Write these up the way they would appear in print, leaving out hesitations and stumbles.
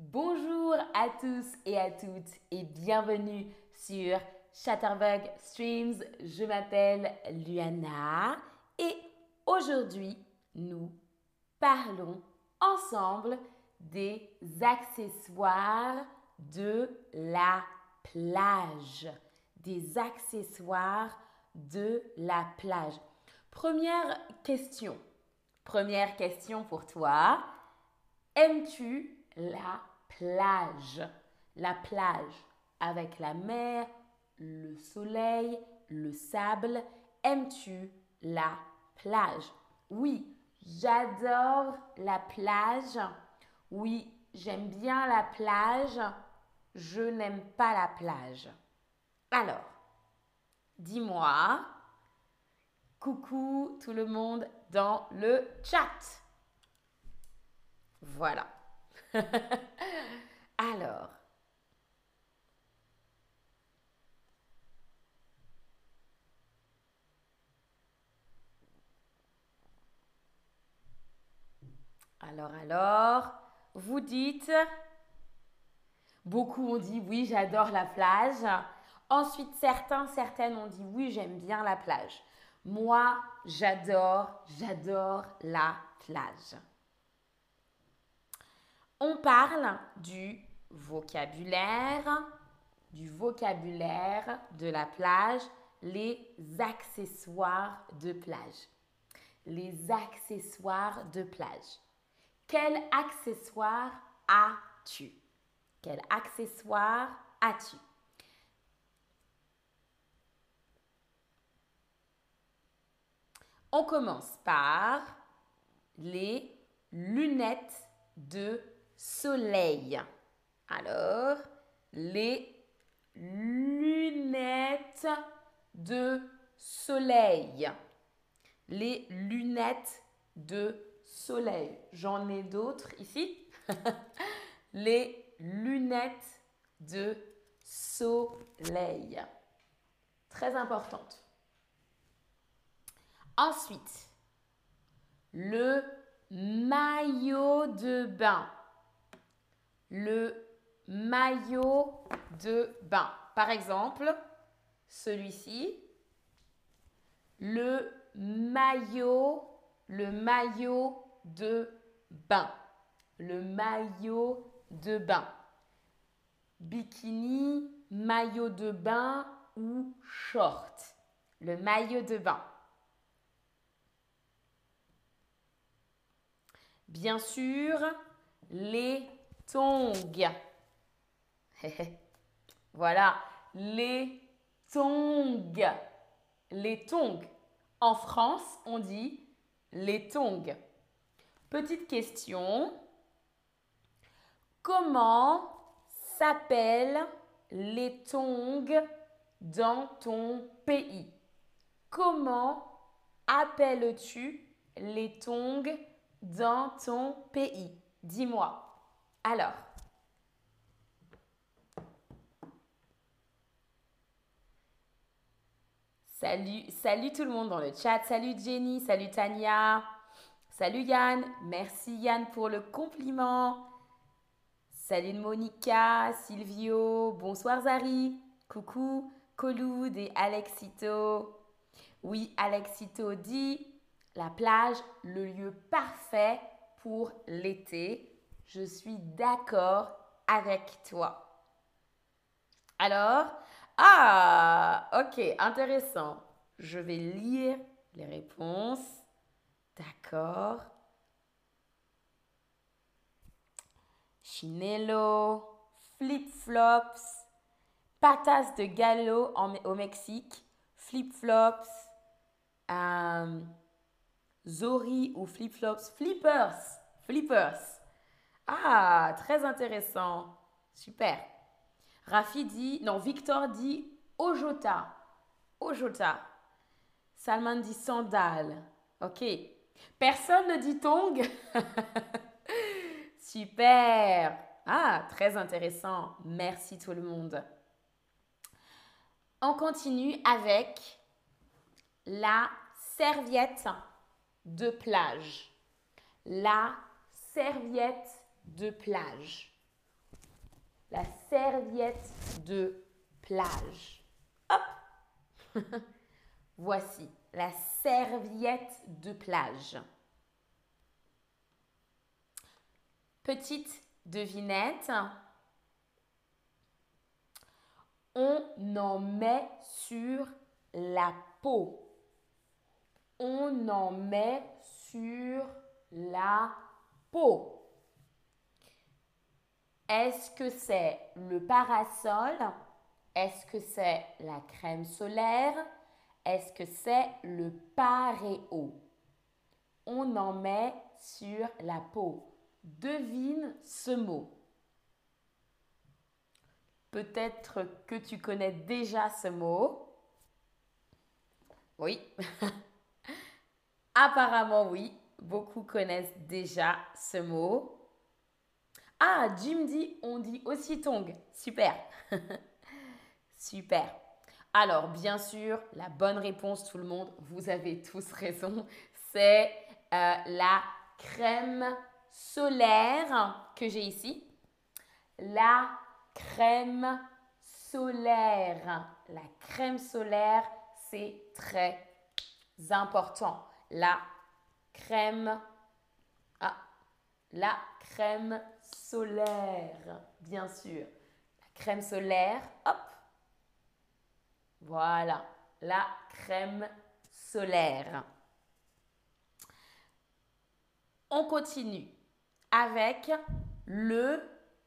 Bonjour à tous et à toutes et bienvenue sur Chatterbug Streams. Je m'appelle Luana et aujourd'hui nous parlons ensemble des accessoires de la plage. Des accessoires de la plage. Première question pour toi. Aimes-tu la plage? La plage avec la mer, le soleil, le sable. Aimes-tu la plage? Oui, j'adore la plage. Oui, j'aime bien la plage. Je n'aime pas la plage. Alors, dis-moi, coucou tout le monde dans le chat. Voilà. Alors, vous dites, beaucoup ont dit oui, j'adore la plage. Ensuite, certaines ont dit oui, j'aime bien la plage. Moi, j'adore la plage. On parle du vocabulaire de la plage, les accessoires de plage. Les accessoires de plage. Quel accessoire as-tu? Quel accessoire as-tu? On commence par les lunettes de soleil. Alors, les lunettes de soleil. Les lunettes de soleil. J'en ai d'autres ici. Les lunettes de soleil. Très importante. Ensuite, le maillot de bain. Le maillot de bain. Par exemple, celui-ci. Le maillot de bain. Le maillot de bain. Bikini, maillot de bain ou short. Le maillot de bain. Bien sûr, les tongs. Voilà, les tongs. Les tongs. En France, on dit les tongs. Petite question. Comment s'appellent les tongs dans ton pays? Comment appelles-tu les tongs dans ton pays? Dis-moi. Alors. Salut tout le monde dans le chat. Salut Jenny, salut Tania, salut Yann. Merci Yann pour le compliment. Salut Monica, Silvio, bonsoir Zari. Coucou Coloud et Alexito. Oui, Alexito dit la plage, le lieu parfait pour l'été. Je suis d'accord avec toi. Alors, ok, intéressant. Je vais lire les réponses. D'accord. Chinelo, flip-flops, patas de gallo au Mexique, flip-flops, zori ou flip-flops, flippers. Ah, très intéressant. Super. Victor dit Ojota. Salman dit sandales. Ok. Personne ne dit tong. Super. Ah, très intéressant. Merci tout le monde. On continue avec la serviette de plage. La serviette de plage. La serviette de plage. Hop. Voici la serviette de plage. Petite devinette. On en met sur la peau. On en met sur la peau. Est-ce que c'est le parasol? Est-ce que c'est la crème solaire? Est-ce que c'est le paréo? On en met sur la peau. Devine ce mot. Peut-être que tu connais déjà ce mot. Oui. Apparemment, oui. Beaucoup connaissent déjà ce mot. Ah, Jim dit, on dit aussi tongue. Super. Super. Alors, bien sûr, la bonne réponse, tout le monde, vous avez tous raison, c'est la crème solaire que j'ai ici. La crème solaire. La crème solaire, c'est très important. La crème solaire, bien sûr. La crème solaire, hop. Voilà, la crème solaire. On continue avec le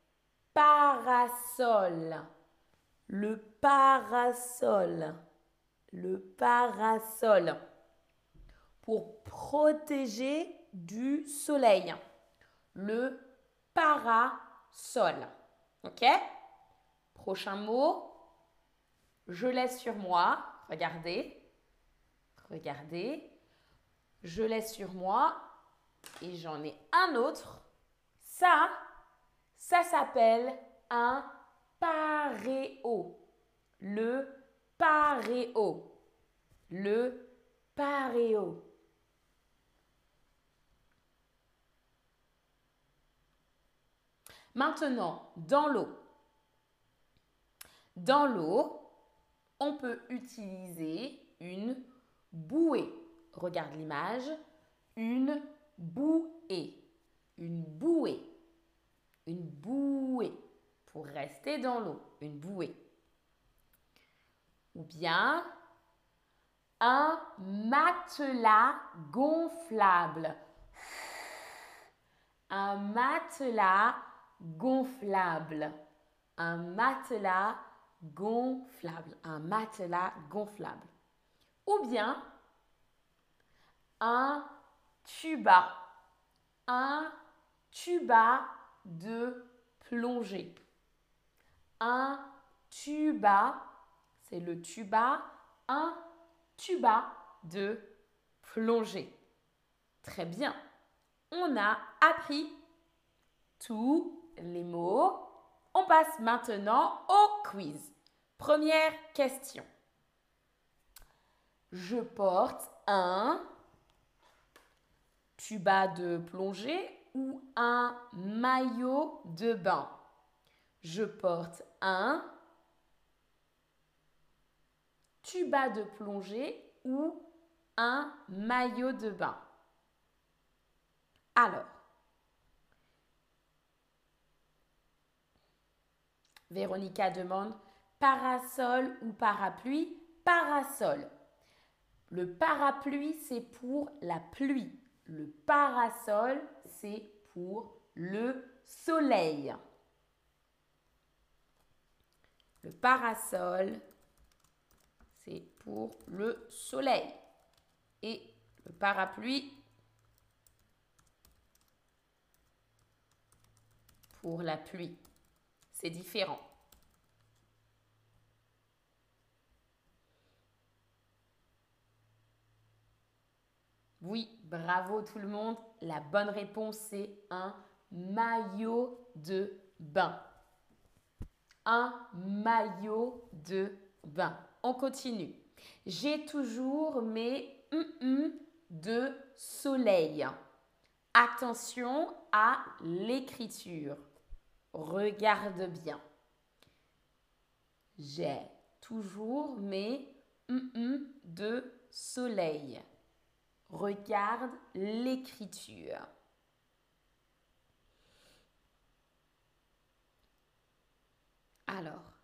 parasol. Le parasol. Le parasol. Pour protéger du soleil. Le parasol. OK? Prochain mot. Je laisse sur moi. Regardez. Regardez. Je laisse sur moi. Et j'en ai un autre. Ça s'appelle un paréo. Le paréo. Le paréo. Maintenant, dans l'eau. Dans l'eau, on peut utiliser une bouée. Regarde l'image. Une bouée. Une bouée. Une bouée. Pour rester dans l'eau. Une bouée. Ou bien un matelas gonflable. Un matelas gonflable. Un matelas gonflable. Un matelas gonflable. Ou bien un tuba. Un tuba de plongée. Un tuba, c'est le tuba. Un tuba de plongée. Très bien. On a appris tous les mots. On passe maintenant au quiz. Première question. Je porte un tuba de plongée ou un maillot de bain? Je porte un tuba de plongée ou un maillot de bain? Alors, Véronica demande parasol ou parapluie? Parasol. Le parapluie, c'est pour la pluie. Le parasol, c'est pour le soleil. Le parasol, c'est pour le soleil. Et le parapluie, pour la pluie. C'est différent. Oui, bravo tout le monde. La bonne réponse, c'est un maillot de bain. Un maillot de bain. On continue. J'ai toujours mes de soleil. Attention à l'écriture. Regarde bien. J'ai toujours mes de soleil. Regarde l'écriture. Alors.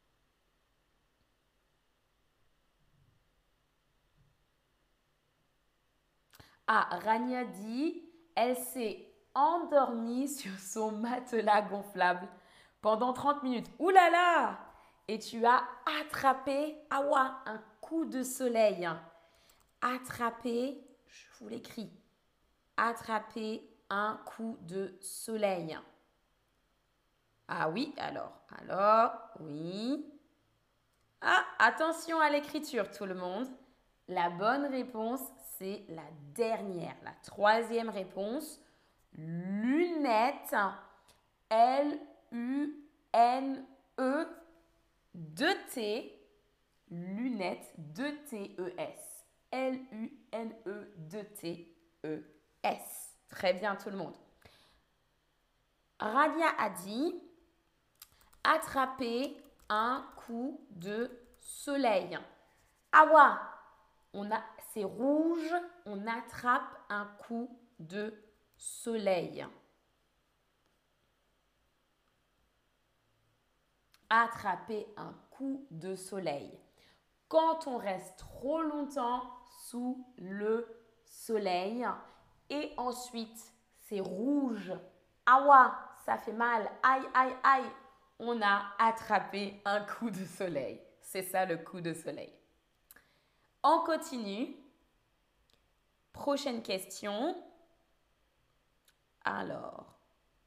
Ah, Rania dit, elle s'est endormie sur son matelas gonflable pendant 30 minutes. Ouh là là! Et tu as attrapé, ah ouais, un coup de soleil. Attrapé, je vous l'écris, attraper un coup de soleil. Ah oui, alors, oui. Ah, attention à l'écriture tout le monde. La bonne réponse, c'est la dernière, la troisième réponse. Lunettes, L-U-N-E, 2T, lunettes, 2-T-E-S. L-U-N-E, 2-T-E-S. Très bien tout le monde. Radia a dit attraper un coup de soleil. Awa, c'est rouge, on attrape un coup de soleil. Attraper un coup de soleil. Quand on reste trop longtemps sous le soleil et ensuite c'est rouge. Awa, ça fait mal. Aïe, aïe, aïe. On a attrapé un coup de soleil. C'est ça le coup de soleil. On continue. Prochaine question. Alors,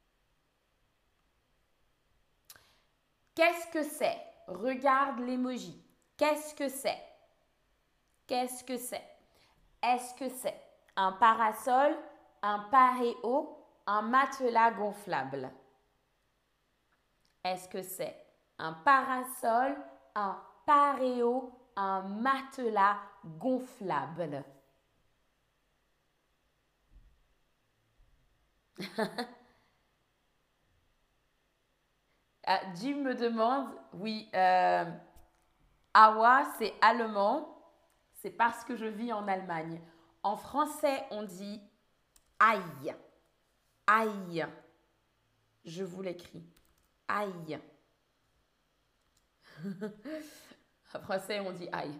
qu'est-ce que c'est? Regarde l'emoji. Qu'est-ce que c'est? Qu'est-ce que c'est? Est-ce que c'est un parasol, un paréo, un matelas gonflable? Est-ce que c'est un parasol, un paréo, un matelas gonflable? Jim me demande, oui, Awa, c'est allemand, c'est parce que je vis en Allemagne. En français, on dit aïe. Aïe. Je vous l'écris. Aïe. En français, on dit aïe.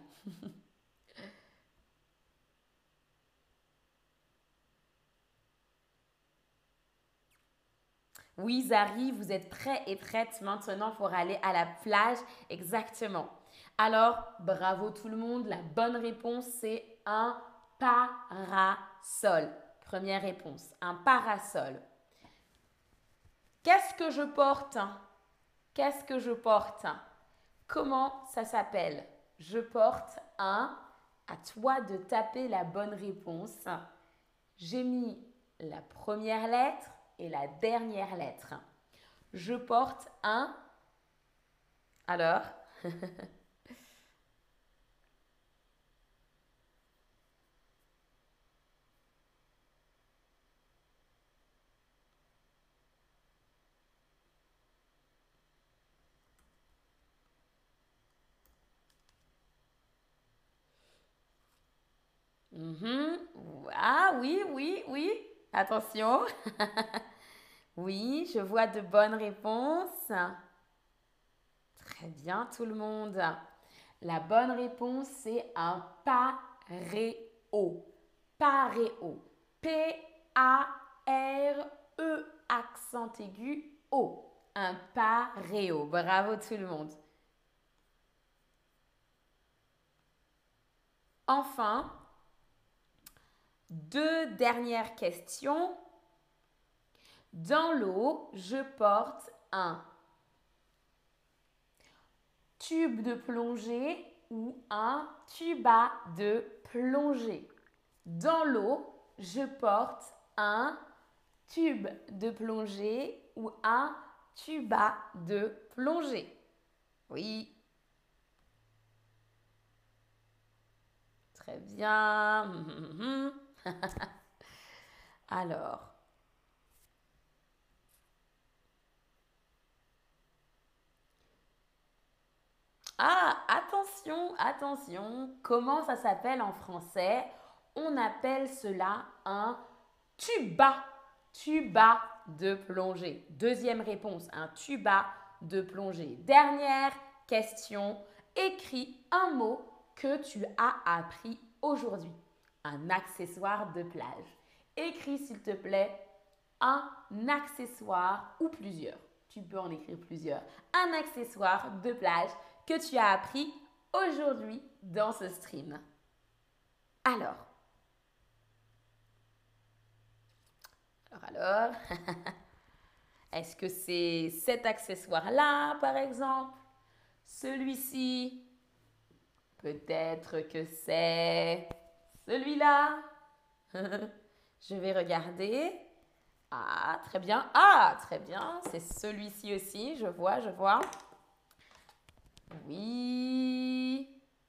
Oui, Zari, vous êtes prêts et prêtes maintenant pour aller à la plage. Exactement. Alors, bravo tout le monde. La bonne réponse, c'est un parasol. Première réponse, un parasol. Qu'est-ce que je porte? Qu'est-ce que je porte? Comment ça s'appelle? Je porte un. À toi de taper la bonne réponse. J'ai mis la première lettre et la dernière lettre. Je porte un. Alors? Ah oui, oui, oui. Attention. Oui, je vois de bonnes réponses. Très bien tout le monde. La bonne réponse, c'est un paréo. Paréo. P-A-R-E, accent aigu, O. Un paréo. Bravo tout le monde. Enfin, deux dernières questions. Dans l'eau, je porte un tube de plongée ou un tuba de plongée. Dans l'eau, je porte un tube de plongée ou un tuba de plongée. Oui. Très bien. Alors, Ah, attention, attention. Comment ça s'appelle en français? On appelle cela un tuba. Tuba de plongée. Deuxième réponse, un tuba de plongée. Dernière question. Écris un mot que tu as appris aujourd'hui. Un accessoire de plage. Écris s'il te plaît un accessoire ou plusieurs. Tu peux en écrire plusieurs. Un accessoire de plage que tu as appris aujourd'hui dans ce stream. Alors, est-ce que c'est cet accessoire-là, par exemple? Celui-ci? Peut-être que c'est celui-là. Je vais regarder. Ah, très bien. Ah, très bien. C'est celui-ci aussi. Je vois, je vois. Oui.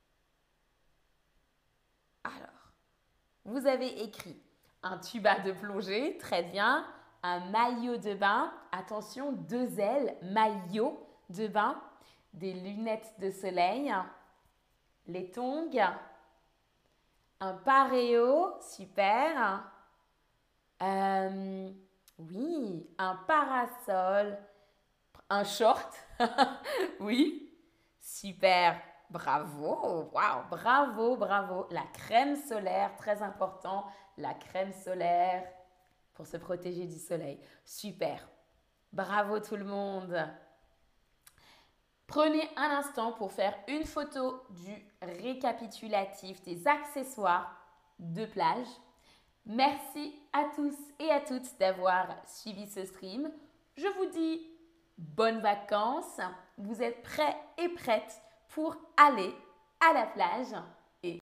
Alors, vous avez écrit un tuba de plongée. Très bien. Un maillot de bain. Attention, 2 ailes. Maillot de bain. Des lunettes de soleil. Les tongs. Un paréo. Super. Oui, un parasol, un short. Oui, super. Bravo, waouh, bravo, bravo. La crème solaire, très important. La crème solaire pour se protéger du soleil. Super. Bravo tout le monde. Prenez un instant pour faire une photo du récapitulatif des accessoires de plage. Merci à tous et à toutes d'avoir suivi ce stream. Je vous dis bonnes vacances. Vous êtes prêts et prêtes pour aller à la plage